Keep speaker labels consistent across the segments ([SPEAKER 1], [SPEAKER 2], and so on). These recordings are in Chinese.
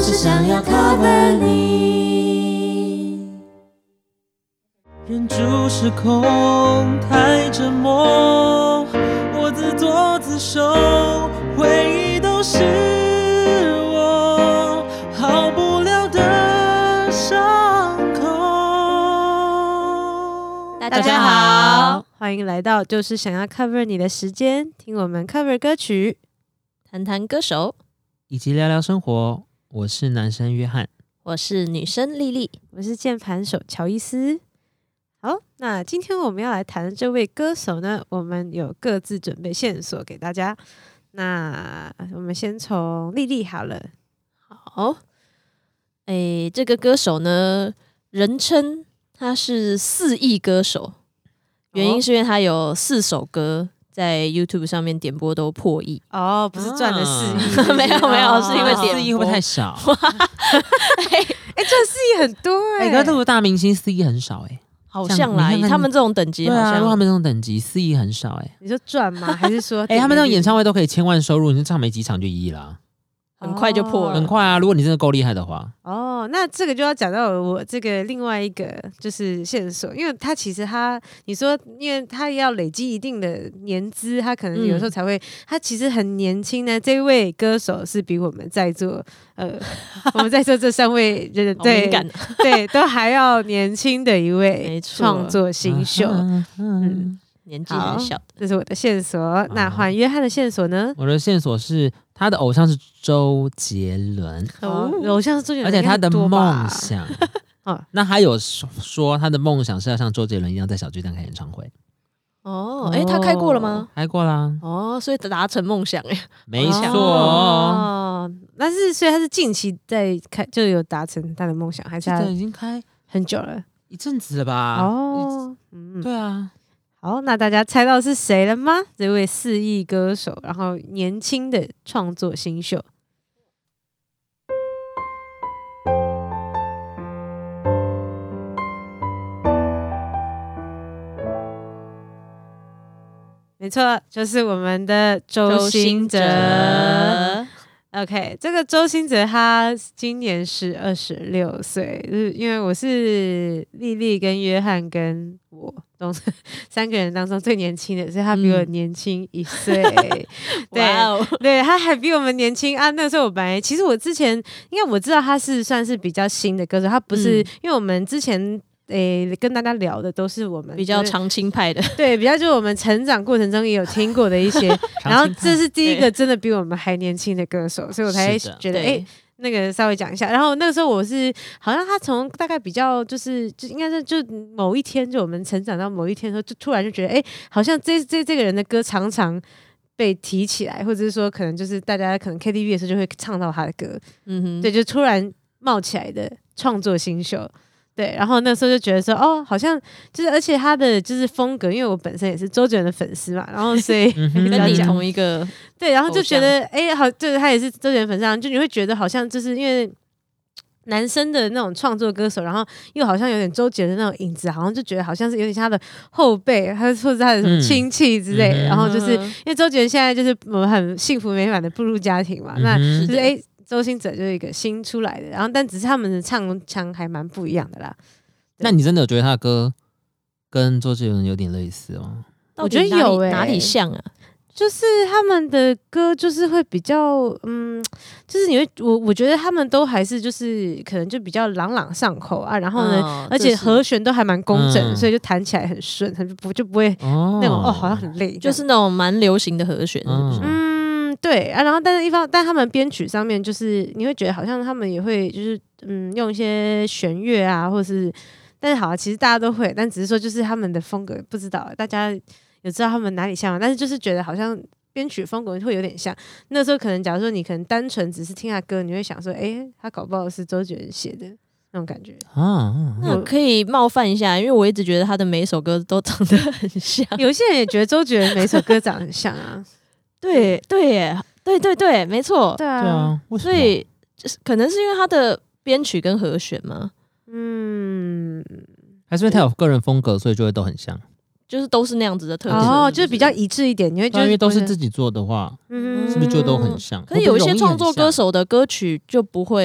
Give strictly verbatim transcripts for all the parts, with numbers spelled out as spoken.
[SPEAKER 1] 就是想要 cover 你。
[SPEAKER 2] 人住时空太折磨，我自作自受，回忆都是我好不了的伤口。
[SPEAKER 3] 大家好，欢迎来到就是想要 cover 你的时间，听我们 cover 歌曲，
[SPEAKER 4] 谈谈歌手，
[SPEAKER 2] 以及聊聊生活。我是男生约翰，
[SPEAKER 4] 我是女生丽丽，
[SPEAKER 3] 我是键盘手乔伊斯。好，那今天我们要来谈的这位歌手呢，我们有各自准备线索给大家。那我们先从丽丽好了。
[SPEAKER 4] 好，诶，这个歌手呢，人称他是四亿歌手，原因是因为他有四首歌在 YouTube 上面点播都破亿。
[SPEAKER 3] 哦，不是赚了四亿、
[SPEAKER 4] 啊，没有没有，是因为点播
[SPEAKER 2] 四亿会不会太少？
[SPEAKER 3] 哎、欸，赚四亿很多哎、
[SPEAKER 2] 欸，可是这个大明星四亿很少哎、欸。
[SPEAKER 4] 好像啦，以他们这种等级，
[SPEAKER 2] 对啊，
[SPEAKER 4] 好像
[SPEAKER 2] 如果他们这种等级，四亿很少哎、欸。
[SPEAKER 3] 你说赚吗？还是说，
[SPEAKER 2] 哎、欸，他们那种演唱会都可以千万收入，你唱没几场就一亿啦，
[SPEAKER 4] 很快就破了，
[SPEAKER 2] 很快啊！如果你真的够厉害的话。
[SPEAKER 3] 哦，那这个就要讲到我这个另外一个就是线索，因为他其实他你说，因为他要累积一定的年资，他可能有时候才会，嗯、他其实很年轻呢。这位歌手是比我们在座呃，我们在座这三位人对对都还要年轻的一位创作新秀，
[SPEAKER 2] 嗯，
[SPEAKER 3] 嗯
[SPEAKER 4] 年纪很小的，
[SPEAKER 3] 这是我的线索。那换约翰的线索呢？
[SPEAKER 2] 我的线索是他的偶像是周杰伦，
[SPEAKER 3] 哦，偶像是周杰伦，
[SPEAKER 2] 而且他的梦想，哦，那他有说他的梦想是要像周杰伦一样在小巨蛋开演唱会。
[SPEAKER 4] 哦，哎、欸，他开过了吗？
[SPEAKER 2] 开过啦。
[SPEAKER 4] 哦，所以达成梦想哎，
[SPEAKER 2] 没错。
[SPEAKER 3] 哦，但是所以他是近期在开就有达成他的梦想，还是他
[SPEAKER 2] 已经开
[SPEAKER 3] 很久了，
[SPEAKER 2] 一阵子了吧？
[SPEAKER 3] 哦，嗯，
[SPEAKER 2] 对啊。
[SPEAKER 3] 好，那大家猜到是谁了吗？这位四亿歌手，然后年轻的创作新秀。没错，就是我们的周兴哲。OK， 这个周兴哲他今年是二十六岁，就是因为我是丽丽跟约翰跟我都是三个人当中最年轻的，所以他比我年轻一岁。嗯、对，wow 对，他还比我们年轻啊。那个时候我本来其实我之前应该我知道他是算是比较新的歌手，他不是、嗯、因为我们之前。诶，跟大家聊的都是我们
[SPEAKER 4] 比较常青派的，
[SPEAKER 3] 对，比较就是我们成长过程中也有听过的一些，然后这是第一个真的比我们还年轻的歌手，所以我才觉得诶，那个稍微讲一下。然后那个时候我是好像他从大概比较就是就应该是就某一天，就我们成长到某一天的时候，就突然就觉得诶，好像这这这个人的歌常常被提起来，或者是说可能就是大家可能 K T V 的时候就会唱到他的歌，嗯哼，对，就突然冒起来的创作新秀。对，然后那时候就觉得说，哦，好像就是，而且他的就是风格，因为我本身也是周杰伦的粉丝嘛，然后所以
[SPEAKER 4] 跟你同一个，
[SPEAKER 3] 对，然后就觉得，哎，好，就是他也是周杰伦粉丝，就你会觉得好像就是因为男生的那种创作歌手，然后又好像有点周杰伦的那种影子，好像就觉得好像是有点像他的后辈，还是或者他的什么亲戚之类的，嗯、然后就是因为周杰伦现在就是我们很幸福美满的步入家庭嘛，嗯、那就是哎。周兴哲就是一个新出来的，然后但只是他们的唱腔还蛮不一样的啦。
[SPEAKER 2] 那你真的有觉得他的歌跟周杰伦有点类似吗？
[SPEAKER 3] 我觉得有诶、欸，
[SPEAKER 4] 哪里像啊？
[SPEAKER 3] 就是他们的歌就是会比较，嗯，就是你会我我觉得他们都还是就是可能就比较朗朗上口啊，然后呢，哦、而且和弦都还蛮工整，嗯、所以就弹起来很顺，很不就不会那种 哦, 哦好像很累，
[SPEAKER 4] 就是那种蛮流行的和弦，是不是？
[SPEAKER 3] 嗯。对啊，然后但是一方，但他们编曲上面就是你会觉得好像他们也会就是嗯用一些弦乐啊，或者是，但是好、啊，其实大家都会，但只是说就是他们的风格不知道，大家有知道他们哪里像吗？但是就是觉得好像编曲风格会有点像。那时候可能假如说你可能单纯只是听他歌，你会想说，哎，他搞不好是周杰伦写的那种感觉
[SPEAKER 4] 啊。那可以冒犯一下，因为我一直觉得他的每一首歌都长得很像，
[SPEAKER 3] 有些人也觉得周杰伦每首歌长得很像啊。
[SPEAKER 4] 对对耶，对对对，没错，
[SPEAKER 3] 对啊，
[SPEAKER 2] 对啊，
[SPEAKER 4] 所以就是可能是因为他的编曲跟和弦吗？
[SPEAKER 3] 嗯，
[SPEAKER 2] 还是因为他有个人风格，所以就会都很像，
[SPEAKER 4] 就是都是那样子的特质，
[SPEAKER 3] 哦，就是比较一致一点。你会觉得，
[SPEAKER 2] 因为都是自己做的话，嗯，是不是就都很像？
[SPEAKER 4] 可是有一些创作歌手的歌曲就不会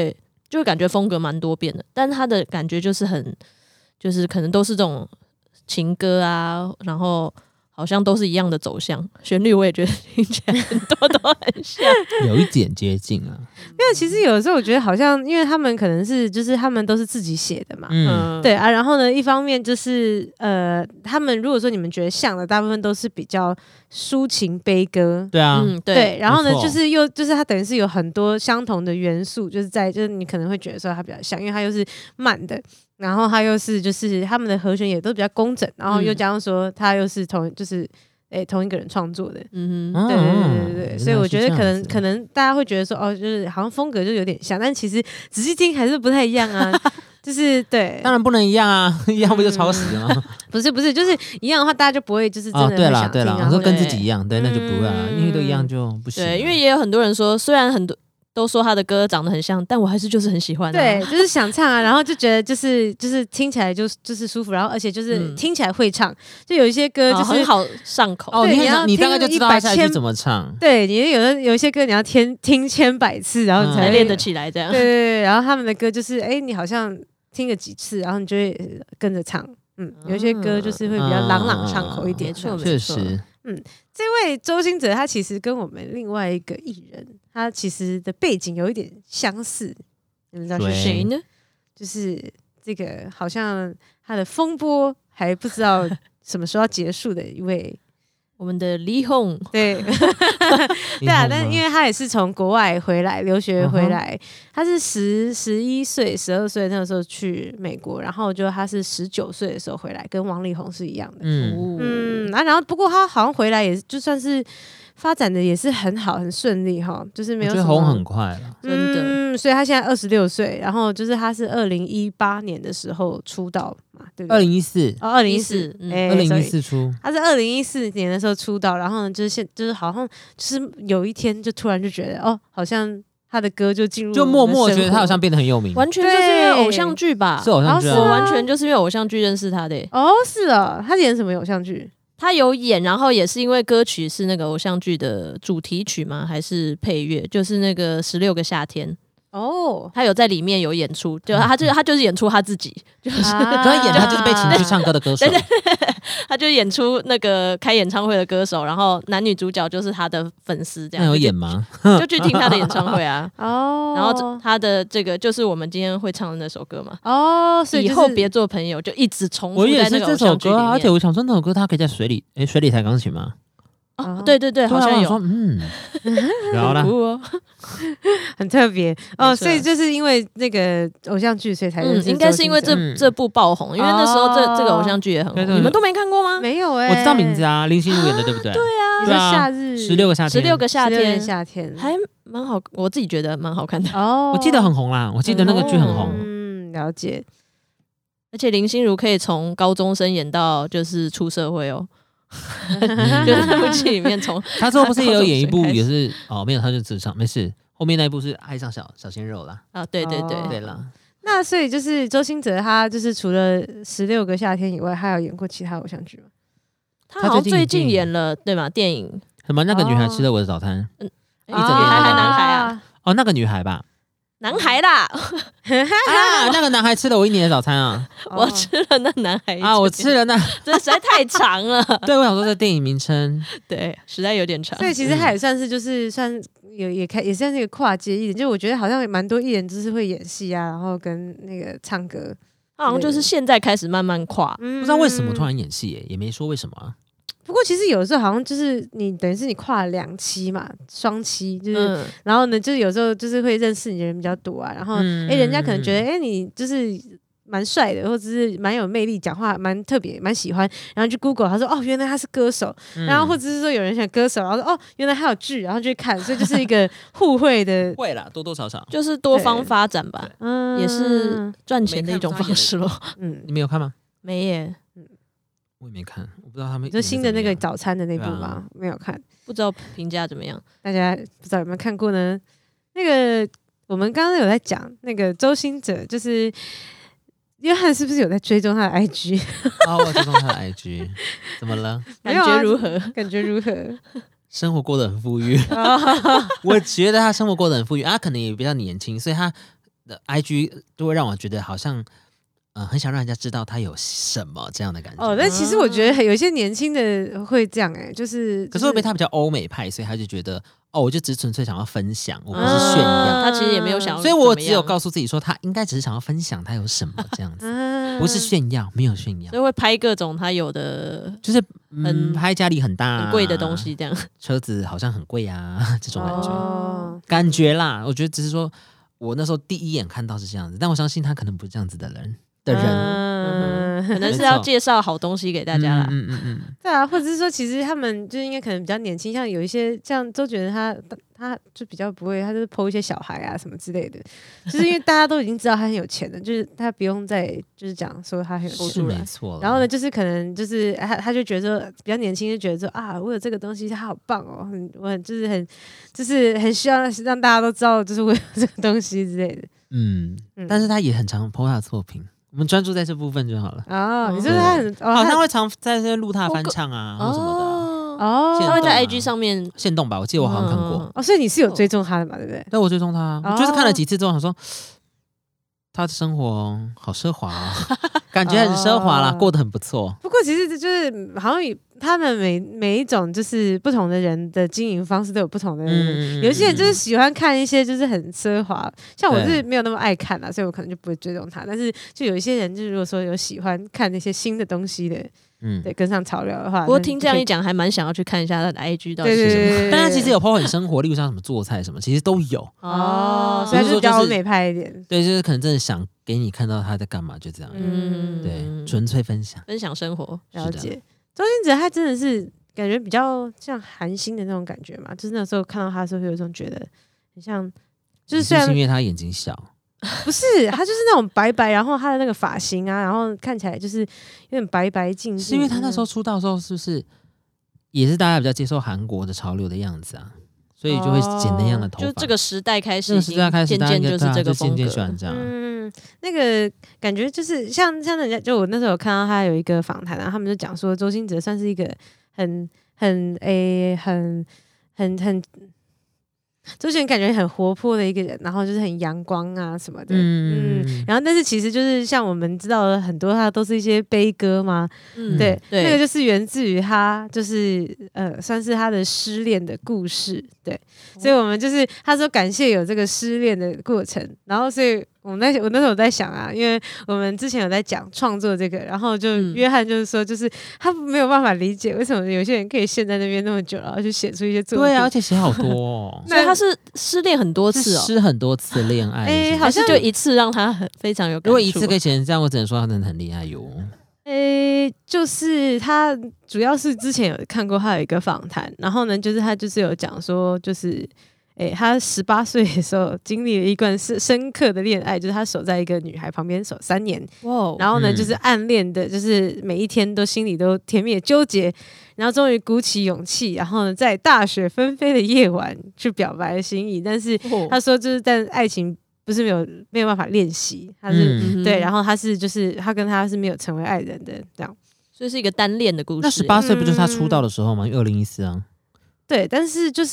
[SPEAKER 4] 就会感觉风格蛮多变的，但是他的感觉就是很，就是可能都是这种情歌啊，然后好像都是一样的走向，旋律我也觉得听起来很多都很像，
[SPEAKER 5] 有一点接近啊。
[SPEAKER 3] 因为其实有的时候我觉得好像，因为他们可能是就是他们都是自己写的嘛，
[SPEAKER 5] 嗯，
[SPEAKER 3] 对啊，然后呢，一方面就是呃，他们如果说你们觉得像的，大部分都是比较抒情悲歌。
[SPEAKER 5] 对啊，
[SPEAKER 4] 嗯，对，
[SPEAKER 3] 对，然后呢，
[SPEAKER 5] 没错
[SPEAKER 3] 就是又就是它等于是有很多相同的元素，就是在就是你可能会觉得说它比较像，因为它又是慢的，然后它又是就是他们的和弦也都比较工整，然后又加上说它又是同就是诶同一个人创作的，
[SPEAKER 4] 嗯哼，
[SPEAKER 5] 嗯
[SPEAKER 3] 对对对对对，所以我觉得可能可
[SPEAKER 5] 能
[SPEAKER 3] 能大家会觉得说哦，就是好像风格就有点像，但其实仔细听还是不太一样啊，就是对，
[SPEAKER 5] 当然不能一样啊，一样不就抄袭了吗？
[SPEAKER 3] 不是不是，就是一样的话，大家就不会就是真
[SPEAKER 5] 哦，
[SPEAKER 3] 的
[SPEAKER 5] 对
[SPEAKER 3] 会想听，
[SPEAKER 5] 啦对啦，
[SPEAKER 3] 然后
[SPEAKER 5] 我说跟
[SPEAKER 3] 就
[SPEAKER 5] 自己一样，对，那就不会啦，
[SPEAKER 3] 嗯
[SPEAKER 5] 因为都一样就不行啊。
[SPEAKER 4] 对，因为也有很多人说，虽然很多都说他的歌长得很像，但我还是就是很喜欢、啊。
[SPEAKER 3] 对，就是想唱啊，然后就觉得就是就是听起来就就是舒服，然后而且就是
[SPEAKER 4] 嗯
[SPEAKER 3] 听起来会唱，就有一些歌就是、
[SPEAKER 4] 哦很好上口。
[SPEAKER 5] 哦，你很
[SPEAKER 3] 对你要
[SPEAKER 5] 想你大概就知道他下一句
[SPEAKER 3] 听一百千
[SPEAKER 5] 怎么唱。
[SPEAKER 3] 对你有的有一些歌你要听听千百次，然后你
[SPEAKER 5] 嗯
[SPEAKER 3] 才会
[SPEAKER 4] 才练得起来这样。
[SPEAKER 3] 对对对，然后他们的歌就是哎，你好像听个几次，然后你就会呃跟着唱。嗯，有一些歌就是会比较朗朗上口一点。
[SPEAKER 4] 没错
[SPEAKER 5] 确实，
[SPEAKER 3] 这位周兴哲他其实跟我们另外一个艺人，他其实的背景有一点相似，你们知道是
[SPEAKER 5] 对
[SPEAKER 3] 谁？
[SPEAKER 4] 谁呢？
[SPEAKER 3] 就是这个好像他的风波还不知道什么时候要结束的一位，
[SPEAKER 4] 我们的李红，
[SPEAKER 3] 对对啊，但是因为他也是从国外回来留学回来，他是十十一岁、十二岁那个时候去美国，然后就他是十九岁的时候回来，跟王力宏是一样的。
[SPEAKER 5] 嗯，
[SPEAKER 3] 嗯，啊，然后不过他好像回来也是就算是发展的也是很好，很顺利哈，就是没有什么
[SPEAKER 5] 我觉得红很快了。
[SPEAKER 4] 真的
[SPEAKER 3] 嗯，所以他现在二十六岁，然后就是他是二零一八年的时候出道嘛，对不对？
[SPEAKER 5] 二零一四，
[SPEAKER 3] 哦，二零一四，
[SPEAKER 4] 嗯
[SPEAKER 3] 哎，
[SPEAKER 5] 二零一
[SPEAKER 3] sorry
[SPEAKER 5] 四出，
[SPEAKER 3] 他是二零一四年的时候出道，然后呢，就是现就是好像就是有一天就突然就觉得哦，好像他的歌就进入
[SPEAKER 5] 就默默
[SPEAKER 3] 我们的生活
[SPEAKER 5] 觉得他好像变得很有名，
[SPEAKER 4] 完全就是因为偶像剧吧？
[SPEAKER 5] 是偶像剧
[SPEAKER 3] 哦是吗
[SPEAKER 5] 啊。
[SPEAKER 4] 我完全就是因为偶像剧认识他的耶。
[SPEAKER 3] 哦，是哦，他演什么偶像剧？
[SPEAKER 4] 他有演，然后也是因为歌曲是那个偶像剧的主题曲吗？还是配乐？就是那个《十六个夏天》，
[SPEAKER 3] 哦，
[SPEAKER 4] 他有在里面有演出，就他就他就是演出他自己，就是
[SPEAKER 3] 啊
[SPEAKER 5] 所以演他就是被请去唱歌的歌手，
[SPEAKER 4] 他就演出那个开演唱会的歌手，然后男女主角就是他的粉丝，这
[SPEAKER 5] 那
[SPEAKER 4] 样
[SPEAKER 5] 有演吗？
[SPEAKER 4] 就去听他的演唱会啊。
[SPEAKER 3] 哦，
[SPEAKER 4] 然后这他的这个就是我们今天会唱的那首歌嘛，
[SPEAKER 3] 哦，所以、就是、
[SPEAKER 4] 以后别做朋友，就一直重复
[SPEAKER 5] 我也
[SPEAKER 4] 在那个
[SPEAKER 5] 是这首
[SPEAKER 4] 偶像剧里
[SPEAKER 5] 歌啊，而且
[SPEAKER 4] 面。
[SPEAKER 5] 我想说那首歌它可以在水里，诶，水里弹钢琴吗？
[SPEAKER 4] 哦，对对对，好像有
[SPEAKER 5] 对啊我说。嗯，然啦，
[SPEAKER 4] 酷哦，
[SPEAKER 3] 很特别哦，
[SPEAKER 4] 没错
[SPEAKER 3] 所以就是因为那个偶像剧，所以才认
[SPEAKER 4] 嗯，
[SPEAKER 3] 识
[SPEAKER 4] 应该是因为这
[SPEAKER 3] 周兴
[SPEAKER 5] 嗯
[SPEAKER 4] 这部爆红，因为那时候这
[SPEAKER 3] 哦
[SPEAKER 4] 这个偶像剧也很红，
[SPEAKER 5] 对对对
[SPEAKER 4] 你们都没看过吗
[SPEAKER 3] 哲？没有哎、
[SPEAKER 5] 我知道名字啊，林心如演的，对不对？对啊
[SPEAKER 3] 你说夏日
[SPEAKER 5] 十六个夏天，
[SPEAKER 4] 十六个夏
[SPEAKER 3] 16年
[SPEAKER 4] 天
[SPEAKER 3] 夏天
[SPEAKER 4] 还蛮好，我自己觉得蛮好看的。
[SPEAKER 3] 哦，
[SPEAKER 5] 我记得很红啦，我记得那个剧很红。
[SPEAKER 3] 嗯，了解。
[SPEAKER 4] 而且林心如可以从高中生演到就是出社会哦，就是那部剧里面从
[SPEAKER 5] 他之后不是也有演一部
[SPEAKER 4] 高中生开始
[SPEAKER 5] 也是哦，没有，他就只唱没事。后面那一部是爱上小小鲜肉啦，
[SPEAKER 4] 啊，对对对，
[SPEAKER 3] 哦
[SPEAKER 5] 对啦，
[SPEAKER 3] 那所以就是周兴哲，他就是除了十六个夏天以外，还有演过其他偶像剧吗？
[SPEAKER 4] 他好像最
[SPEAKER 5] 他最近
[SPEAKER 4] 近演了对吗？电影
[SPEAKER 5] 什么那个女孩吃了我的早餐
[SPEAKER 4] 诶
[SPEAKER 5] 一整年
[SPEAKER 4] 女孩还
[SPEAKER 5] 的
[SPEAKER 4] 男孩啊，
[SPEAKER 5] 哦，那个女孩吧，
[SPEAKER 4] 男孩啦，
[SPEAKER 5] 啊，那个男孩吃了我一年的早餐啊
[SPEAKER 3] 哦
[SPEAKER 4] 我吃了那男孩
[SPEAKER 5] 啊，我吃了那，
[SPEAKER 4] 这实在太长了，
[SPEAKER 5] 对我想说这电影名称，
[SPEAKER 4] 对，实在有点长
[SPEAKER 3] 所。以其实他也算是就是算有也开也算是一个跨界艺人，就我觉得好像蛮多艺人就是会演戏啊，然后跟那个唱歌，
[SPEAKER 4] 他好像就是现在开始慢慢跨，
[SPEAKER 3] 嗯
[SPEAKER 5] 不知道为什么突然演戏耶，也没说为什么啊。
[SPEAKER 3] 不过其实有的时候好像就是你等于是你跨了两期嘛，双期就是，
[SPEAKER 4] 嗯，
[SPEAKER 3] 然后呢，就是有时候就是会认识你的人比较多啊，然后哎、
[SPEAKER 5] 嗯
[SPEAKER 3] 诶人家可能觉得哎、诶你就是蛮帅的，或者是蛮有魅力，讲话蛮特别，蛮喜欢，然后去 Google 他说哦原来他是歌手，
[SPEAKER 5] 嗯
[SPEAKER 3] 然后或者是说有人想歌手，然后说哦原来他有剧，然后就去看，所以就是一个互惠的，
[SPEAKER 5] 会啦，多多少少。
[SPEAKER 4] 就是多方发展吧，
[SPEAKER 3] 嗯，
[SPEAKER 4] 也是赚钱的一种方式咯。
[SPEAKER 3] 嗯，
[SPEAKER 5] 你没有看吗？
[SPEAKER 4] 没耶，
[SPEAKER 5] 我也没看，我不知道他们
[SPEAKER 3] 你说新的那个
[SPEAKER 5] 演得怎么样
[SPEAKER 3] 早餐的那部
[SPEAKER 5] 对啊
[SPEAKER 3] 吗？没有看。
[SPEAKER 4] 不知道评价怎么样。
[SPEAKER 3] 大家不知道有没有看过呢？那个我们刚刚有在讲那个周兴哲，就是约翰是不是有在追踪他的 I G？
[SPEAKER 5] 哦，我追踪他的 I G，怎么了？
[SPEAKER 4] 感
[SPEAKER 3] 没有啊
[SPEAKER 4] 觉如何？
[SPEAKER 3] 感觉如何？
[SPEAKER 5] 生活过得很富裕，
[SPEAKER 3] 哦
[SPEAKER 5] 我觉得他生活过得很富裕啊，可能也比较年轻，所以他 I G 就会让我觉得好像。呃，很想让人家知道他有什么这样的感觉。
[SPEAKER 3] 哦，但其实我觉得有些年轻的会这样哎、欸，就是，
[SPEAKER 5] 可是会不会他比较欧美派，所以他就觉得哦，我就只纯粹想要分享，我不是炫耀。啊、
[SPEAKER 4] 他其实也没有想要，
[SPEAKER 5] 所以我只有告诉自己说，他应该只是想要分享他有什么这样子，啊、不是炫耀，没有炫耀。
[SPEAKER 4] 所以会拍各种他有的，
[SPEAKER 5] 就是嗯，拍家里很大、啊、
[SPEAKER 4] 很贵的东西，这样
[SPEAKER 5] 车子好像很贵啊，这种感觉，
[SPEAKER 3] 哦、
[SPEAKER 5] 感觉啦。我觉得只是说我那时候第一眼看到是这样子，但我相信他可能不是这样子的人。的人、
[SPEAKER 4] 嗯，可能是要介绍好东西给大家啦。
[SPEAKER 5] 嗯嗯嗯，
[SPEAKER 3] 对啊，或者是说，其实他们就应该可能比较年轻，像有一些像周杰伦他，他就比较不会，他就是 po 一些小孩啊什么之类的，就是因为大家都已经知道他很有钱了，就是他不用再就是讲说他很有钱，
[SPEAKER 5] 没错。
[SPEAKER 3] 然后呢，就是可能就是他他就觉得说比较年轻，就觉得说啊，我有这个东西，他好棒哦，很我很就是很就是很需要让大家都知道，就是我有这个东西之类的。
[SPEAKER 5] 嗯，嗯但是他也很常 po 他的作品。我们专注在这部分就好了。
[SPEAKER 3] 哦，你说他很、哦、
[SPEAKER 5] 好像会常在这录他的翻唱啊，或什么的、啊。
[SPEAKER 3] 哦，
[SPEAKER 4] 他会在 I G 上面
[SPEAKER 5] 限动吧？我记得我好像看过。
[SPEAKER 3] 哦，所以你是有追踪他的嘛？对不对？
[SPEAKER 5] 对，我追踪他，我就是看了几次之后，想说他的生活好奢华哦，感觉很奢华啦，哦、过得很不错。
[SPEAKER 3] 不过其实就是好像他们每每一种就是不同的人的经营方式都有不同的人，嗯、有些人就是喜欢看一些就是很奢华，像我是没有那么爱看啦，所以我可能就不会追踪他。但是就有一些人，就是如果说有喜欢看那些新的东西的。嗯，对，跟上潮流的话，
[SPEAKER 4] 不过听这样一讲，还蛮想要去看一下他的 I G 到底是什么。
[SPEAKER 3] 对对对对对，
[SPEAKER 5] 但他其实有 po 很生活，例如像什么做菜什么，其实都有
[SPEAKER 3] 哦，所以就是比较欧美派一点。
[SPEAKER 5] 对，就是可能真的想给你看到他在干嘛，就这样。嗯，对，纯粹分享，
[SPEAKER 4] 分享生活。
[SPEAKER 3] 了解。周星哲他真的是感觉比较像韩星的那种感觉嘛，就是那时候看到他的时候，会有一种觉得很像，就是虽然
[SPEAKER 5] 是因为他眼睛小。
[SPEAKER 3] 不是，他就是那种白白，然后他的那个发型啊，然后看起来就是有点白白净净。
[SPEAKER 5] 是因为他那时候出道的时候，是不是也是大家比较接受韩国的潮流的样子啊？所以就会剪那样的头发。
[SPEAKER 4] 就这个时代开始，
[SPEAKER 5] 这个时代开始，
[SPEAKER 4] 渐渐就是这个风格，
[SPEAKER 5] 渐渐喜欢这样。
[SPEAKER 3] 嗯，那个感觉就是像像人家，就我那时候有看到他有一个访谈啊，他们就讲说周星哲算是一个很很诶、欸、很很很。周杰伦感觉很活泼的一个人，然后就是很阳光啊什么的，嗯, 嗯，然后但是其实就是像我们知道的很多，他都是一些悲歌嘛，嗯，对，对，那个就是源自于他就是呃，算是他的失恋的故事，对，所以我们就是他说感谢有这个失恋的过程，然后所以。我那我那时候有在想啊，因为我们之前有在讲创作这个，然后就约翰就是说，就是他没有办法理解为什么有些人可以陷在那边那么久，然后去写出一些作品。
[SPEAKER 5] 对啊，而且写好多、哦，
[SPEAKER 4] 所以他是失恋很多次哦，
[SPEAKER 5] 失很多次恋爱，
[SPEAKER 3] 哎、欸，
[SPEAKER 4] 好像就一次让他很非常有感触。
[SPEAKER 5] 如果一次可以写成这样，我只能说他真的很厉害哟。
[SPEAKER 3] 诶、欸，就是他主要是之前有看过他有一个访谈，然后呢，就是他就是有讲说，就是。欸、他十八岁的时候经历了一段深深刻的恋爱，就是他守在一个女孩旁边守三年，哇！然后呢，嗯、就是暗恋的，就是每一天都心里都甜蜜的纠结，然后终于鼓起勇气，然后呢，在大雪纷飞的夜晚去表白了心意。但是他说，就是但爱情不是没有没有办法练习，他是、嗯、对，然后他是就是他跟他是没有成为爱人的这样，
[SPEAKER 4] 所以是一个单恋的故事。
[SPEAKER 5] 那十八岁不就是他出道的时候吗？二零一四啊，
[SPEAKER 3] 对，但是就是。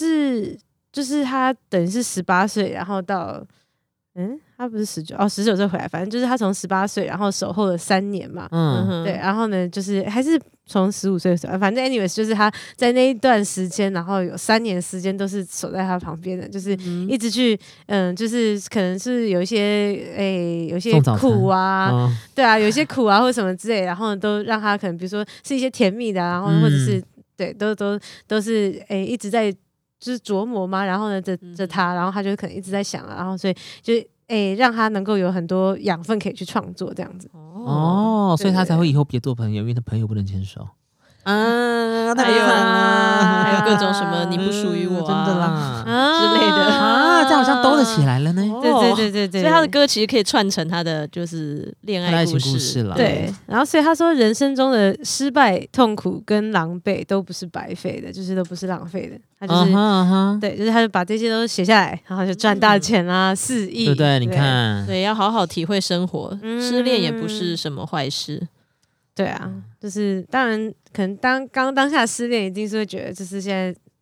[SPEAKER 3] 就是他等于是十八岁，然后到嗯，他不是十九哦，十九岁回来，反正就是他从十八岁，然后守候了三年嘛，嗯，对，然后呢，就是还是从十五岁的时候，反正 anyways 就是他在那一段时间，然后有三年时间都是守在他旁边的，就是一直去，嗯，就是可能是有一些诶、欸，有一些苦啊，哦、对啊，有一些苦啊或者什么之类，然后都让他可能比如说是一些甜蜜的、啊，然后或者是、嗯、对，都都都是诶、欸、一直在。就是琢磨嘛，然后呢，着着他，然后他就可能一直在想啊，然后所以就诶、欸、让他能够有很多养分可以去创作这样子。
[SPEAKER 5] 哦，所以他才会以后别做朋友，因为他朋友不能牵手。
[SPEAKER 4] 啊，还有啊，还有各种什么你不属于我、啊嗯、真的啦、啊、之类的
[SPEAKER 5] 啊，这好像兜得起来了呢。
[SPEAKER 3] 对对对对对，
[SPEAKER 4] 所以他的歌其实可以串成他的就是恋爱故事,
[SPEAKER 5] 故事了。
[SPEAKER 3] 对，然后所以他说人生中的失败、痛苦跟狼狈都不是白费的，就是都不是浪费的。他就是、uh-huh, uh-huh. 对，就是他就把这些都写下来，然后就赚大钱啦，四、嗯、亿，
[SPEAKER 5] 对不对？你看，
[SPEAKER 4] 对，要好好体会生活，嗯、失恋也不是什么坏事。对
[SPEAKER 3] 啊，就是当然，可能当刚当下失恋，一定是会觉得，就是现在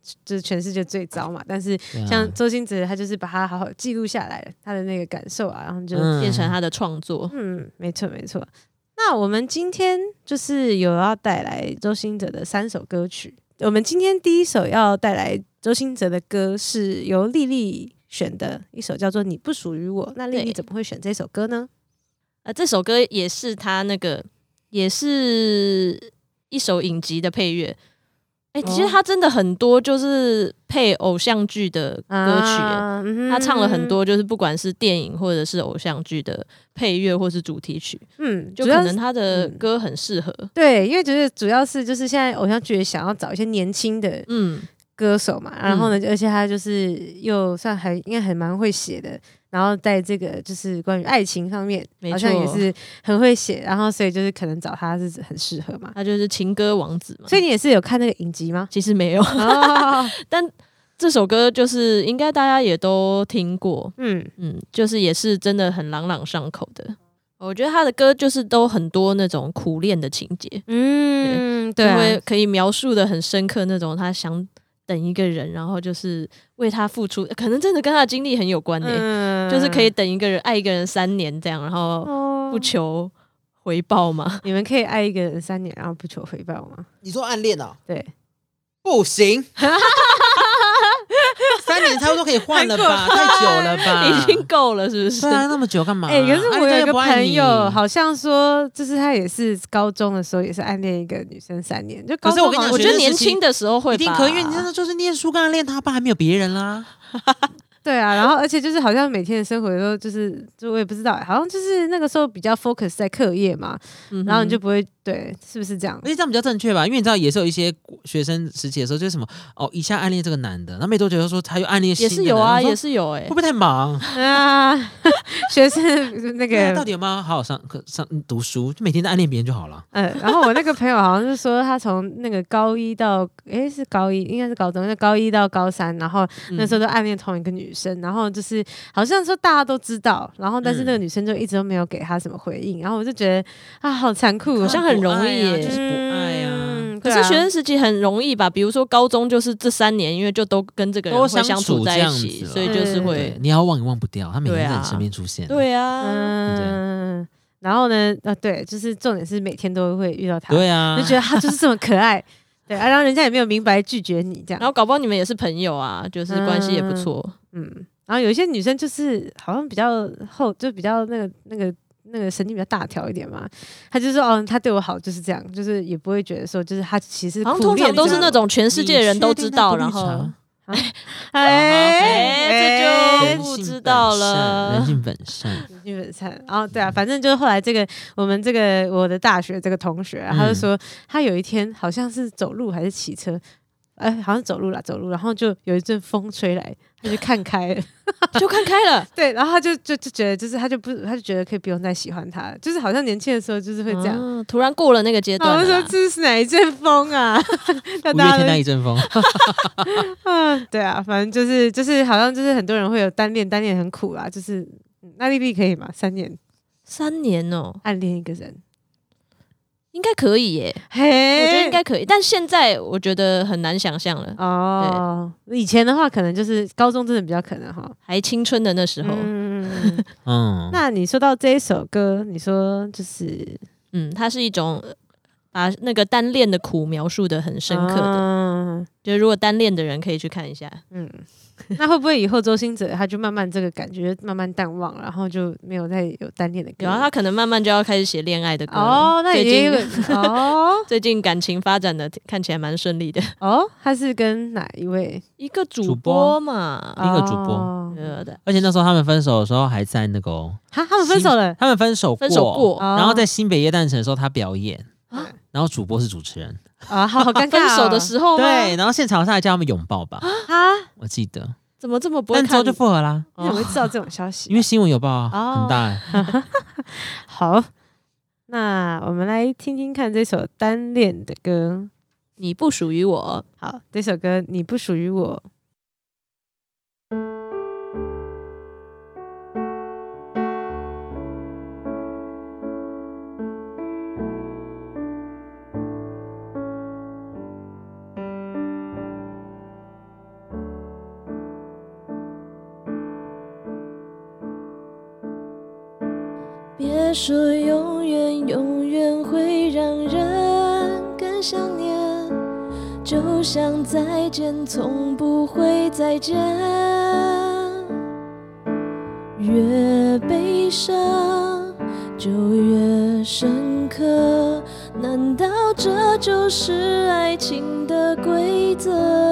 [SPEAKER 3] 就是全世界最糟嘛。但是像周兴哲，他就是把他好好记录下来他的那个感受啊，然后就
[SPEAKER 4] 变成他的创作。
[SPEAKER 3] 嗯，没错没错。那我们今天就是有要带来周兴哲的三首歌曲。我们今天第一首要带来周兴哲的歌是由丽丽选的一首叫做《你不属于我》。那丽丽怎么会选这首歌呢？
[SPEAKER 4] 呃，这首歌也是他那个，也是一首影集的配乐。哎、欸，其实他真的很多就是配偶像剧的歌曲、啊嗯，他唱了很多，就是不管是电影或者是偶像剧的配乐或是主题曲，嗯，就可能他的歌很适合、嗯。对，
[SPEAKER 3] 因为觉得主要是就是现在偶像剧也想要找一些年轻的嗯歌手嘛，然后呢，而且他就是又算还应该还蛮会写的。然后在这个就是关于爱情方面，好像也是很会写，然后所以就是可能找他是很适合嘛，
[SPEAKER 4] 他就是情歌王子嘛。
[SPEAKER 3] 所以你也是有看那个影集吗？
[SPEAKER 4] 其实没有，哦、但这首歌就是应该大家也都听过，嗯嗯，就是也是真的很朗朗上口的。我觉得他的歌就是都很多那种苦恋的情节，嗯，对，就会可以描述的很深刻那种他想。等一个人，然后就是为他付出，可能真的跟他的经历很有关诶、欸嗯，就是可以等一个人爱一个人三年这样，然后不求回报嘛。
[SPEAKER 3] 你们可以爱一个人三年，然后不求回报吗？
[SPEAKER 5] 你说暗恋哦？
[SPEAKER 3] 对，
[SPEAKER 5] 不行。三年差不多可以换了吧？太久了吧？
[SPEAKER 4] 已经够了，是不是？
[SPEAKER 5] 对啊，那么久干嘛？
[SPEAKER 3] 哎、欸，可是我有一个朋友，好像说，就是他也是高中的时候也是暗恋一个女生三年，就高中。
[SPEAKER 4] 可是我跟你讲，我觉得年轻的时候会吧，
[SPEAKER 5] 一定可以，因为你真的就是念书，刚暗恋他爸还没有别人啦。
[SPEAKER 3] 对啊，然后而且就是好像每天的生活都就是，就我也不知道，好像就是那个时候比较 focus 在课业嘛，嗯、然后你就不会对，是不是这样？
[SPEAKER 5] 而且这样比较正确吧？因为你知道，也是有一些学生时期的时候，就是什么哦，一下暗恋这个男的，然后没多久就说他又暗恋新的，
[SPEAKER 4] 也是有啊，也是有哎、欸，
[SPEAKER 5] 会不会太忙
[SPEAKER 3] 啊？学生那个
[SPEAKER 5] 到底有没有好好上课上读书？就每天在暗恋别人就好了。
[SPEAKER 3] 嗯，然后我那个朋友好像是说，他从那个高一到哎是高一，应该是高中，那高一到高三，然后那时候都暗恋同一个女生，然后就是好像说大家都知道，然后但是那个女生就一直都没有给他什么回应，然后我就觉得啊，好残酷，
[SPEAKER 4] 好像很容易耶，
[SPEAKER 5] 就是不爱啊。嗯、
[SPEAKER 4] 可是学生时期很容易吧？比如说高中就是这三年，因为就都跟这个人会相处在一起，所以就是会
[SPEAKER 5] 你要忘也忘不掉，他每天在你身边出现。
[SPEAKER 4] 对啊，
[SPEAKER 3] 嗯。然后呢？呃，对，就是重点是每天都会遇到他，
[SPEAKER 5] 对啊，
[SPEAKER 3] 就觉得他就是这么可爱，对啊，然后人家也没有明白拒绝你这样，
[SPEAKER 4] 然后搞不好你们也是朋友啊，就是关系也不错，
[SPEAKER 3] 嗯，嗯，然后有一些女生就是好像比较后，就比较那个那个那个神经比较大条一点嘛，她就说哦，他对我好就是这样，就是也不会觉得说就是他其实
[SPEAKER 4] 好像通常都是那种全世界人都知道，然后。哎，这就不知道了。
[SPEAKER 5] 人性本善，
[SPEAKER 3] 人性本善。然后对啊，反正就是后来这个我们这个我的大学这个同学、啊嗯，他就说他有一天好像是走路还是骑车，哎、呃，好像走路啦，走路，然后就有一阵风吹来，他就看开了，
[SPEAKER 4] 就看开了。
[SPEAKER 3] 对，然后他就就就觉得就是他就不他就觉得可以不用再喜欢他了，就是好像年轻的时候就是会这样，
[SPEAKER 4] 嗯、突然过了那个阶段了。
[SPEAKER 3] 我说这是哪一阵风啊？
[SPEAKER 5] 五月天那一阵风。
[SPEAKER 3] 嗯，对啊，反正就是就是好像就是很多人会有单恋，单恋很苦啊。就是那丽丽可以吗？三年，
[SPEAKER 4] 三年哦，
[SPEAKER 3] 暗恋一个人。
[SPEAKER 4] 应该可以耶，我觉得应该可以，但现在我觉得很难想象了。
[SPEAKER 3] 哦，以前的话可能就是高中真的比较可能哈，
[SPEAKER 4] 还青春的那时候。
[SPEAKER 3] 嗯嗯。那你说到这一首歌，你说就是
[SPEAKER 4] 嗯，它是一种把那个单恋的苦描述的很深刻的，嗯、就如果单恋的人可以去看一下。嗯。
[SPEAKER 3] 那会不会以后周兴哲他就慢慢这个感觉慢慢淡忘，然后就没有再有单恋的歌？
[SPEAKER 4] 然后他可能慢慢就要开始写恋爱的歌
[SPEAKER 3] 哦。那也有哦，
[SPEAKER 4] 最近感情发展的看起来蛮顺利的
[SPEAKER 3] 哦。他是跟哪一位？
[SPEAKER 4] 一个主播嘛，
[SPEAKER 5] 一个主播。哦、而且那时候他们分手的时候还在那个哦，
[SPEAKER 3] 哈，他们分手了，
[SPEAKER 5] 他们分手过，
[SPEAKER 4] 分手过，
[SPEAKER 5] 然后在新北耶诞城的时候他表演，啊、然后主播是主持人。
[SPEAKER 3] 啊，好好尴尬、哦！
[SPEAKER 4] 分手的时候吗？
[SPEAKER 5] 对，然后现场他还叫他们拥抱吧？啊，我记得。
[SPEAKER 4] 怎么这么不会看？
[SPEAKER 5] 但之后就复合啦。
[SPEAKER 3] 你怎么会知道这种消息？
[SPEAKER 5] 因为新闻有报啊，哦、很大、欸。
[SPEAKER 3] 好，那我们来听听看这首单恋的歌，《
[SPEAKER 4] 你不属于我》。
[SPEAKER 3] 好，这首歌《你不属于我》。
[SPEAKER 4] 说永远永远会让人更想念，就像再见从不会再见。越悲伤就越深刻，难道这就是爱情的规则？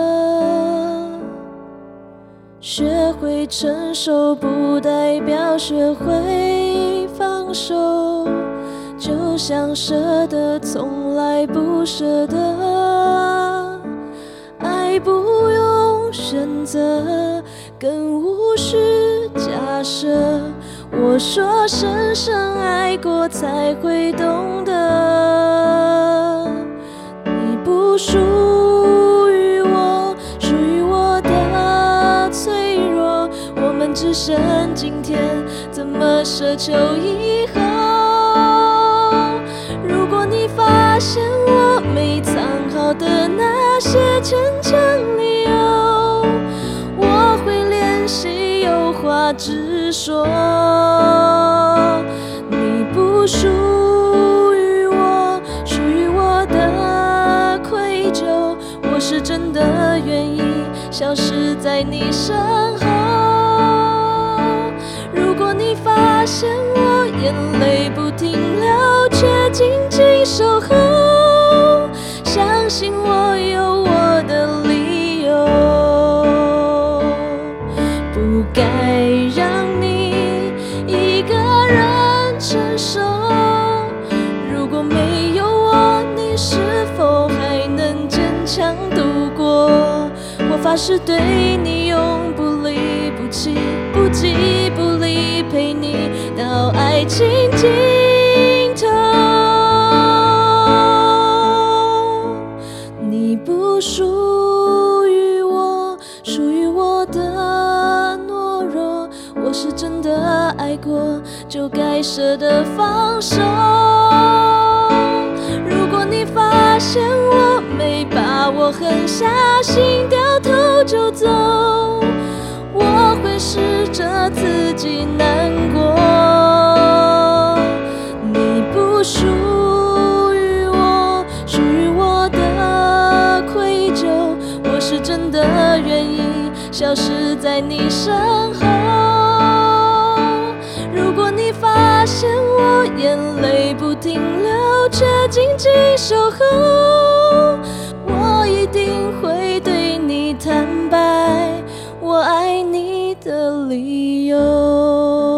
[SPEAKER 4] 学会承受不代表学会放手，就像舍得从来不舍得。爱不用选择，更无需假设。我说深深爱过才会懂得，你不属于我，属于我的脆弱。我们只剩今天，怎么奢求以后？如果你发现我没藏好的那些牵强理由，我会练习有话直说。你不属于我，属于我的愧疚，我是真的愿意消失在你身后。如果你发现我眼泪不停流，却紧紧守候，相信我有我的理由，不该让你一个人承受。如果没有我，你是否还能坚强度过？我发誓对你永不离不弃，不弃不离，陪你到爱情尽头。你不属于我，属于我的懦弱。我是真的爱过，就该舍得放手。如果你发现我没把握，狠下心掉头就走，我会试着自己难过。你不属于我，属于我的愧疚，我是真的愿意消失在你身后。如果你发现我眼泪不停流，却紧紧守候，我一定会对你坦白我爱你的理由。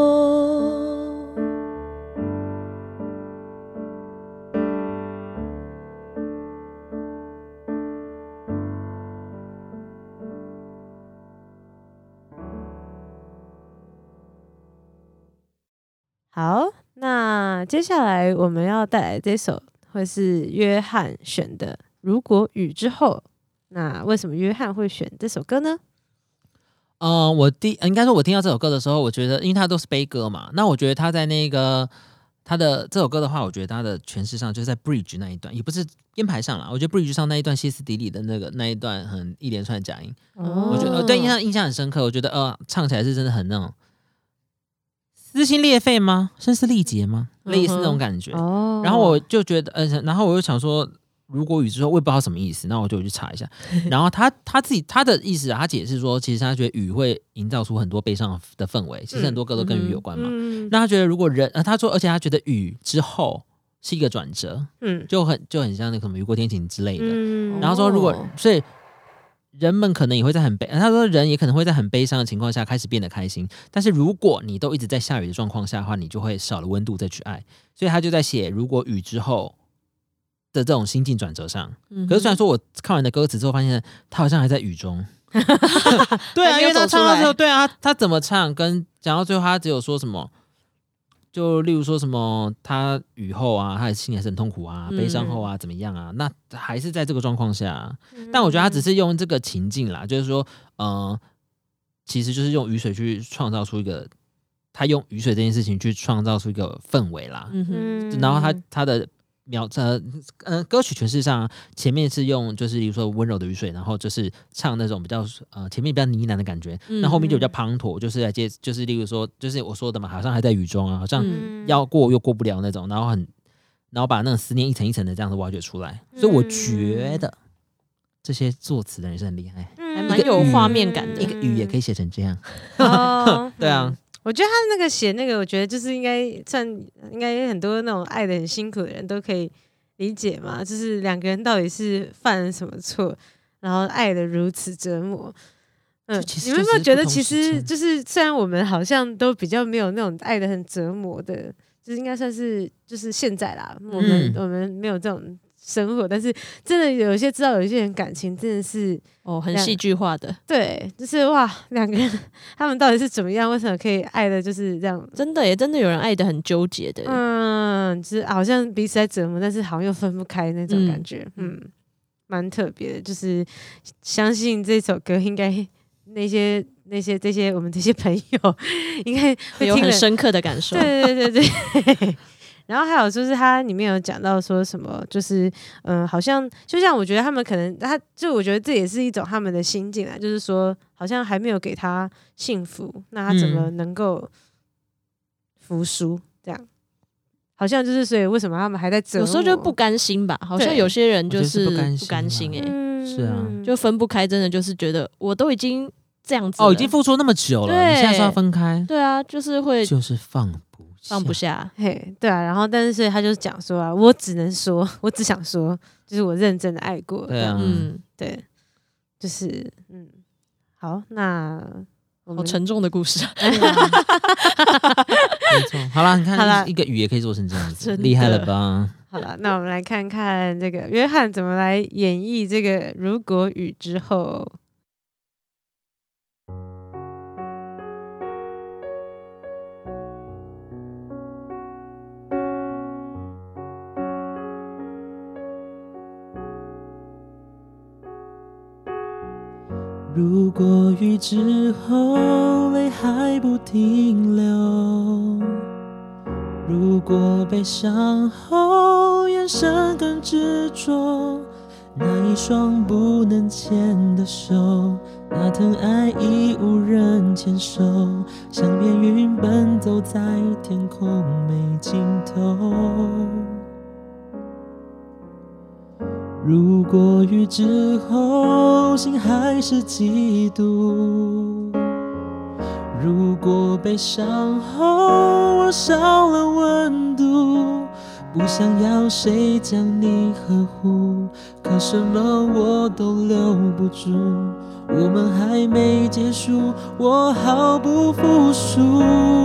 [SPEAKER 3] 好，那接下来我们要带来这首会是约翰选的《如果雨之后》。那为什么约翰会选这首歌呢？
[SPEAKER 5] 呃，我第应该说，我听到这首歌的时候，我觉得，因为它都是悲歌嘛，那我觉得他在那个他的这首歌的话，我觉得他的诠释上就是在 bridge 那一段，也不是编排上啦，我觉得 bridge 上那一段歇斯底里的那个那一段很一连串的假音，
[SPEAKER 3] 哦
[SPEAKER 5] 我觉得对印象印象很深刻，我觉得呃唱起来是真的很那种撕心裂肺吗？声嘶力竭吗？类似那种感觉。
[SPEAKER 3] 哦，
[SPEAKER 5] 然后我就觉得，呃，然后我又想说，如果雨之后，我也不知道什么意思，那我就去查一下。然后他他自己他的意思啊，他解释说，其实他觉得雨会营造出很多悲伤的氛围，其实很多歌都跟雨有关嘛。
[SPEAKER 3] 嗯嗯、
[SPEAKER 5] 那他觉得，如果人，呃，他说，而且他觉得雨之后是一个转折，嗯，就很就很像那个什么雨过天晴之类的。嗯、然后说，如果所以。人们可能也会在很悲，他说人也可能会在很悲伤的情况下开始变得开心，但是如果你都一直在下雨的状况下的话，你就会少了温度再去爱，所以他就在写如果雨之后的这种心境转折上。嗯、可是虽然说我看完的歌词之后发现他好像还在雨中，对啊，因为他唱到最后，对啊，他怎么唱跟讲到最后，他只有说什么。就例如说什么他雨后啊，他的心还是很痛苦啊，悲伤后啊怎么样啊，那还是在这个状况下、啊嗯、但我觉得他只是用这个情境啦，就是说呃，其实就是用雨水去创造出一个，他用雨水这件事情去创造出一个氛围啦、嗯、然后他他的描呃呃歌曲诠释上，前面是用就是比如说温柔的雨水，然后就是唱那种比较呃前面比较呢喃的感觉，嗯、那后面就比较滂沱，就是来接就是例如说就是我说的嘛，好像还在雨中啊，好像要过又过不了那种，然后很然后把那种思念一层一层的这样子挖掘出来，所以我觉得这些作词的人是很厉害，
[SPEAKER 4] 还蛮有画面感的，
[SPEAKER 5] 一个雨也可以写成这样，
[SPEAKER 3] 哦、
[SPEAKER 5] 对啊。
[SPEAKER 3] 我觉得他那个写那个，我觉得就是应该算，应该很多那种爱的很辛苦的人都可以理解嘛。就是两个人到底是犯了什么错，然后爱的如此折磨。嗯，你们有没有觉得，其实就是虽然我们好像都比较没有那种爱的很折磨的，就是应该算是就是现在啦，我们、嗯、我们没有这种生活，但是真的有一些知道有一些人感情真的是
[SPEAKER 4] 哦很戏剧化的，
[SPEAKER 3] 对，就是哇两个人他们到底是怎么样，为什么可以爱的就是这样？
[SPEAKER 4] 真的耶，真的有人爱的很纠结的，
[SPEAKER 3] 嗯，就是好像彼此在折磨，但是好像又分不开那种感觉，嗯，蛮、嗯、特别的。就是相信这首歌应该那些那些这些我们这些朋友应该会
[SPEAKER 4] 有很深刻的感受，
[SPEAKER 3] 对对对对对。然后还有就是它里面有讲到说什么，就是嗯、呃，好像就像我觉得他们可能，他就我觉得这也是一种他们的心境啊，就是说好像还没有给他幸福，那他怎么能够服输？这样好像就是所以为什么他们还在折磨？
[SPEAKER 4] 有时候就不甘心吧，好像有些人就是
[SPEAKER 5] 不
[SPEAKER 4] 甘心哎、欸
[SPEAKER 3] 嗯，
[SPEAKER 5] 是啊，
[SPEAKER 4] 就分不开，真的就是觉得我都已经这样子了
[SPEAKER 5] 哦，已经付出那么久了，你现在说要分开，
[SPEAKER 4] 对啊，就是会
[SPEAKER 5] 就是放。
[SPEAKER 4] 放不下，
[SPEAKER 3] 嘿，对啊，然后但是所以他就讲说啊，我只能说，我只想说，就是我认真的爱过，
[SPEAKER 5] 对啊，
[SPEAKER 3] 嗯，对，就是嗯，好，那
[SPEAKER 4] 好沉重的故事，
[SPEAKER 5] 没错，好啦，你看一个雨也可以做成这样子，厉害了吧？
[SPEAKER 3] 好了，那我们来看看这个约翰怎么来演绎这个如果雨之后。
[SPEAKER 2] 如果雨之后泪还不停留，如果悲伤后眼神更执着，那一双不能牵的手，那疼爱已无人牵手，像片云奔走在天空没尽头。如果雨之后心还是嫉妒，如果悲伤后我少了温度，不想要谁将你呵护，可什么我都留不住，我们还没结束，我毫不服输。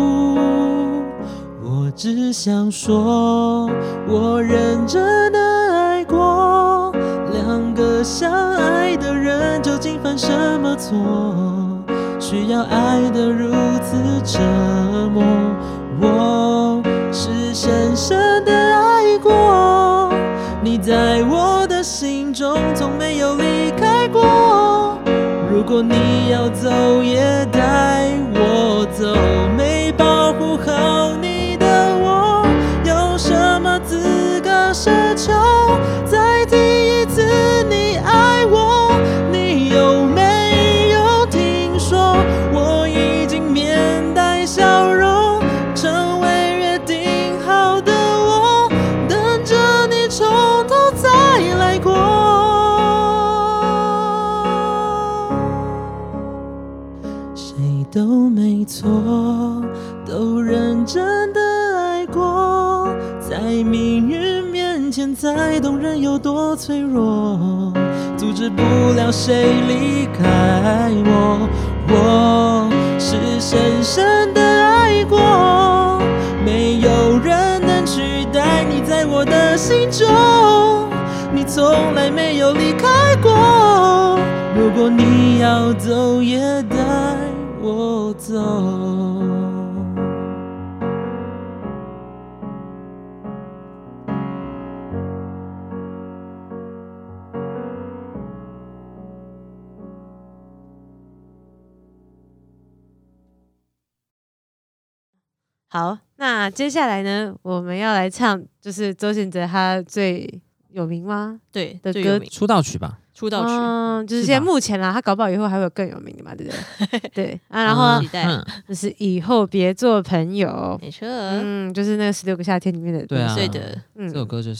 [SPEAKER 2] 我只想说，我认真的爱过，两个相爱的人究竟犯什么错，需要爱得如此折磨。我是深深的爱过，你在我的心中从没有离开过，如果你要走也带我走，没保护好你的我有什么资格奢求再提一次你爱我？你有没有听说我已经面带笑容，成为约定好的我，等着你从头再来过。谁都没错，都认真的爱过，在命运面前再动人有多脆弱，阻止不了谁离开我。我是深深的爱过，没有人能取代你在我的心中，你从来没有离开过，如果你要走也带我走。
[SPEAKER 3] 好，那接下来呢，我们要来唱，就是周兴哲他最有名吗？
[SPEAKER 4] 对
[SPEAKER 3] 的歌，
[SPEAKER 5] 出道曲吧，
[SPEAKER 4] 出道曲，
[SPEAKER 3] 嗯，就是现在目前啦，他搞不好以后还会有更有名的嘛，对不对？对啊，然后
[SPEAKER 4] 期待，
[SPEAKER 3] 就是以后别做朋友，
[SPEAKER 4] 没错，
[SPEAKER 3] 嗯，就是那个十六个夏天里面的，
[SPEAKER 5] 对啊，
[SPEAKER 4] 对的，
[SPEAKER 5] 这首歌就是，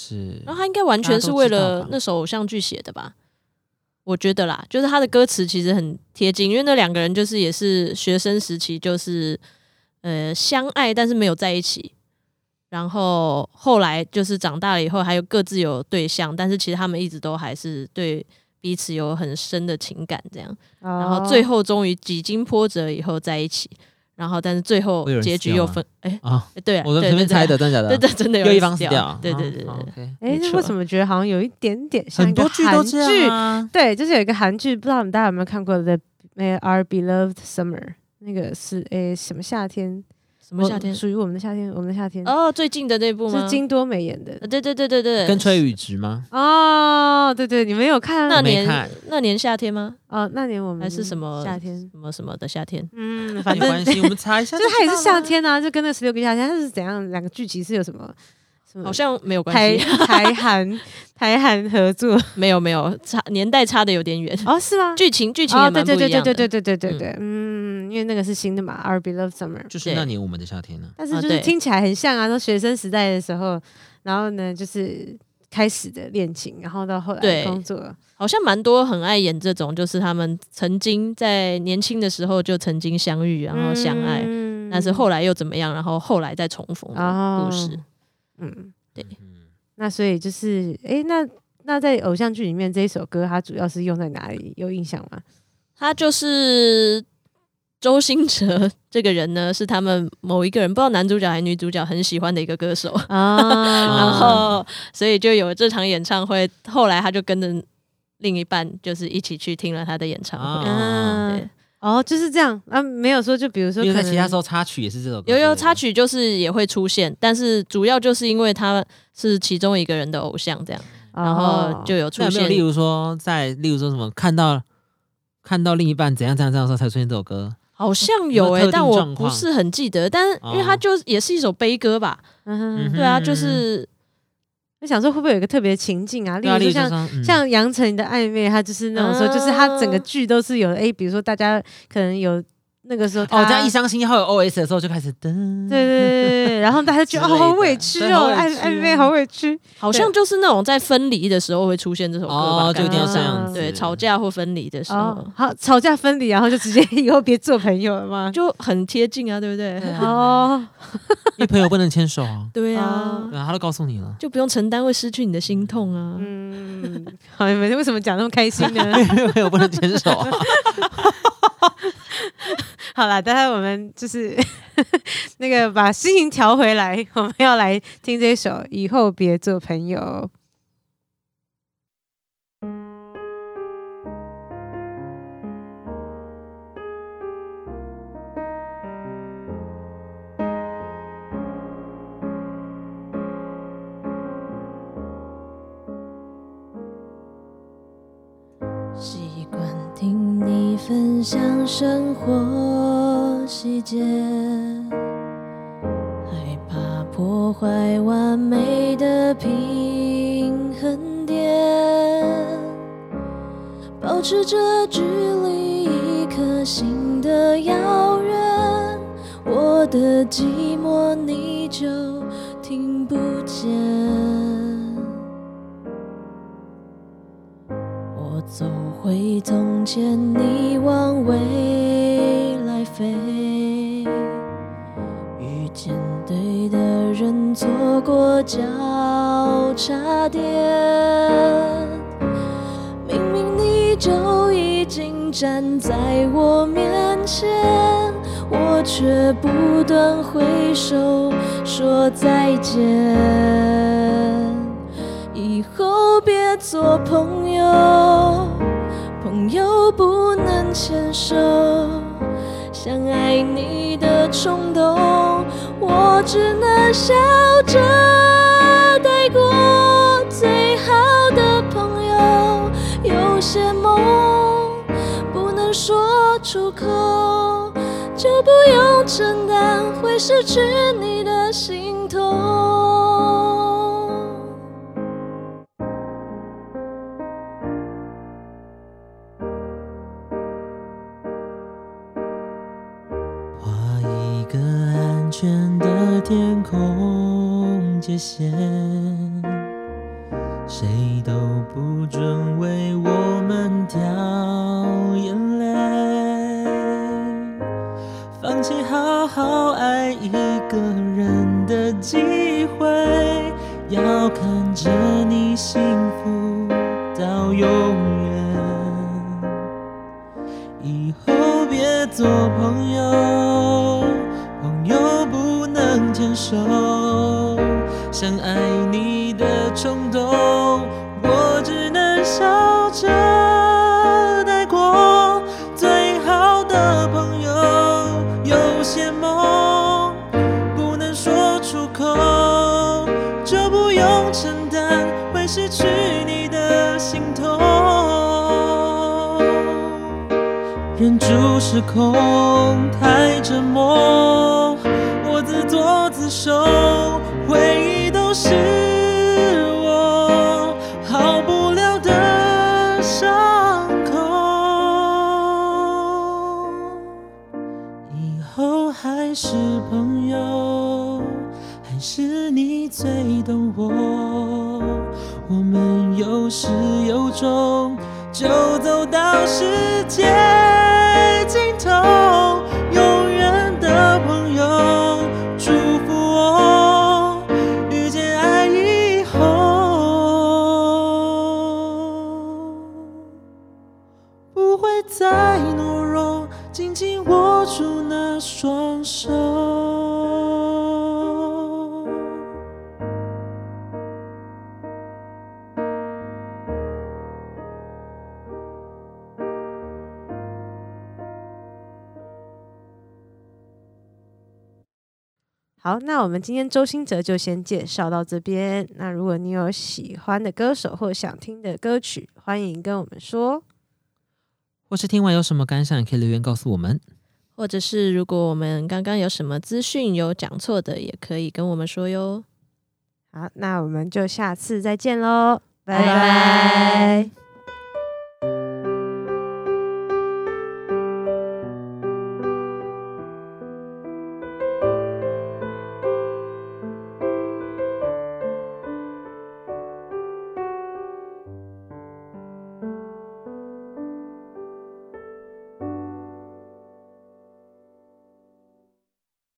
[SPEAKER 4] 然后他应该完全是为了那首偶像剧写的吧？我觉得啦，就是他的歌词其实很贴近，因为那两个人就是也是学生时期，就是呃相爱，但是没有在一起。然后后来就是长大了以后，还有各自有对象，但是其实他们一直都还是对彼此有很深的情感，这样。
[SPEAKER 3] 哦、
[SPEAKER 4] 然后最后终于几经波折以后在一起，然后但是最后结局又分，哎啊，对啊，
[SPEAKER 5] 我都随便猜的，真的假的？
[SPEAKER 4] 对对，真的有
[SPEAKER 5] 又一方死掉，
[SPEAKER 4] 对对对对。
[SPEAKER 3] 哎，那为什么觉得好像有一点点像一个
[SPEAKER 5] 韩剧？很多剧都这样啊。
[SPEAKER 3] 对，就是有一个韩剧，不知道你大家有没有看过的《那 Our Beloved Summer》，那个是诶什么夏天？
[SPEAKER 4] 什么夏天？
[SPEAKER 3] 属于我们的夏天，我们的夏天。
[SPEAKER 4] 哦，最近的那部吗？
[SPEAKER 3] 是金多美演的。
[SPEAKER 4] 对对对对对，
[SPEAKER 5] 跟崔宇植吗？
[SPEAKER 3] 哦，对对，你们有看
[SPEAKER 4] 那年那年夏天吗？
[SPEAKER 3] 哦，那年我们
[SPEAKER 4] 还是什么
[SPEAKER 3] 夏天？
[SPEAKER 4] 什么什么的夏天？
[SPEAKER 3] 嗯，反正
[SPEAKER 5] 没关系，我们查一下。
[SPEAKER 3] 就是它也是夏天啊，就跟那十六个夏天，它是怎样？两个剧集是有什么？
[SPEAKER 4] 好像没有关系。
[SPEAKER 3] 台台韩台韩合作
[SPEAKER 4] 没有没有差年代差的有点远
[SPEAKER 3] 哦，是吗？
[SPEAKER 4] 剧情剧情也蛮不一样的。
[SPEAKER 3] 对对对对对对对对对，嗯，因为那个是新的嘛，《Our Beloved Summer》
[SPEAKER 5] 就是那年我们的夏天呢。
[SPEAKER 3] 但是就是听起来很像啊，都学生时代的时候，然后呢就是开始的恋情，然后到后来工作，
[SPEAKER 4] 好像蛮多很爱演这种，就是他们曾经在年轻的时候就曾经相遇，然后相爱，但是后来又怎么样，然后后来再重逢的故事。嗯，对，
[SPEAKER 3] 那所以就是，哎，那那在偶像剧里面这一首歌，它主要是用在哪里？有印象吗？
[SPEAKER 4] 它就是周兴哲这个人呢，是他们某一个人不知道男主角还是女主角很喜欢的一个歌手啊，然后所以就有这场演唱会。后来他就跟着另一半，就是一起去听了他的演唱会。啊、对。
[SPEAKER 3] 哦，就是这样啊，没有说就比如说，
[SPEAKER 5] 因为在其他时候插曲也是这首歌，
[SPEAKER 4] 有有插曲就是也会出现，但是主要就是因为他是其中一个人的偶像这样，哦、然后就有出现。
[SPEAKER 5] 有没有例如说在例如说什么看到看到另一半怎样怎样这样的时候才出现这首歌？
[SPEAKER 4] 好像有诶、欸，但我不是很记得，但是因为它就也是一首悲歌吧，嗯、对啊，就是。
[SPEAKER 3] 我想说会不会有一个特别情境啊？例如说像、嗯、像杨丞琳的暧昧，他就是那种说，就是他整个剧都是有哎、欸，比如说大家可能有那个时候
[SPEAKER 5] 哦，这样一伤心后有 O S 的时候就开始噔，
[SPEAKER 3] 对对对对，然后大家就觉得哦好委屈哦，暧暧昧好委屈，
[SPEAKER 4] 好像就是那种在分离的时候会出现这首歌吧，
[SPEAKER 5] 哦，就一定要这样子，
[SPEAKER 4] 对，吵架或分离的时候，
[SPEAKER 3] 哦、好吵架分离，然后就直接以后别做朋友了吗？
[SPEAKER 4] 就很贴近啊，对不对？
[SPEAKER 3] 哦，
[SPEAKER 5] 因为朋友不能牵手啊，
[SPEAKER 4] 对啊，
[SPEAKER 5] 对啊，他都告诉你了，
[SPEAKER 4] 就不用承担会失去你的心痛啊。
[SPEAKER 3] 嗯，好，你们为什么讲那么开心呢？
[SPEAKER 5] 因为朋友不能牵手啊。
[SPEAKER 3] 好啦，待会我们就是那个把心情调回来，我们要来听这首《以后别做朋友》。
[SPEAKER 1] 习惯听你分享生活细节，害怕破坏完美的平衡点，保持着距离一颗心的遥远，我的寂寞你就听不见。我走回从前，你往未来飞，遇见对的人，错过交叉点。明明你就已经站在我面前，我却不断挥手说再见。以后别做朋友，朋友不能牵手，想爱你的冲动，我只能笑着带过。最好的朋友，有些梦不能说出口， 就不用承担会失去你的心痛。
[SPEAKER 2] 个安全的天空界限，谁都不准为我们掉眼泪，放弃好好爱一个人的机会，要看着你幸福到永远，以后别做朋友，朋友不能牵手，想爱你的冲动，我只能笑着带过。最好的朋友，有些梦不能说出口，就不用承担会失去你的心痛。忍住失控，太折磨，我自作自受，回忆都是我好不了的伤口。以后还是朋友，还是你最懂我，我们有始有终，就走到世界尽头。永远的朋友，祝福我遇见爱以后，不会再懦弱，紧紧握住那双手。
[SPEAKER 3] 好，那我们今天周兴哲就先介绍到这边。那如果你有喜欢的歌手或想听的歌曲，欢迎跟我们说，
[SPEAKER 5] 或是听完有什么感想，也可以留言告诉我们。
[SPEAKER 4] 或者是如果我们刚刚有什么资讯有讲错的，也可以跟我们说哟。
[SPEAKER 3] 好，那我们就下次再见咯，拜
[SPEAKER 4] 拜拜。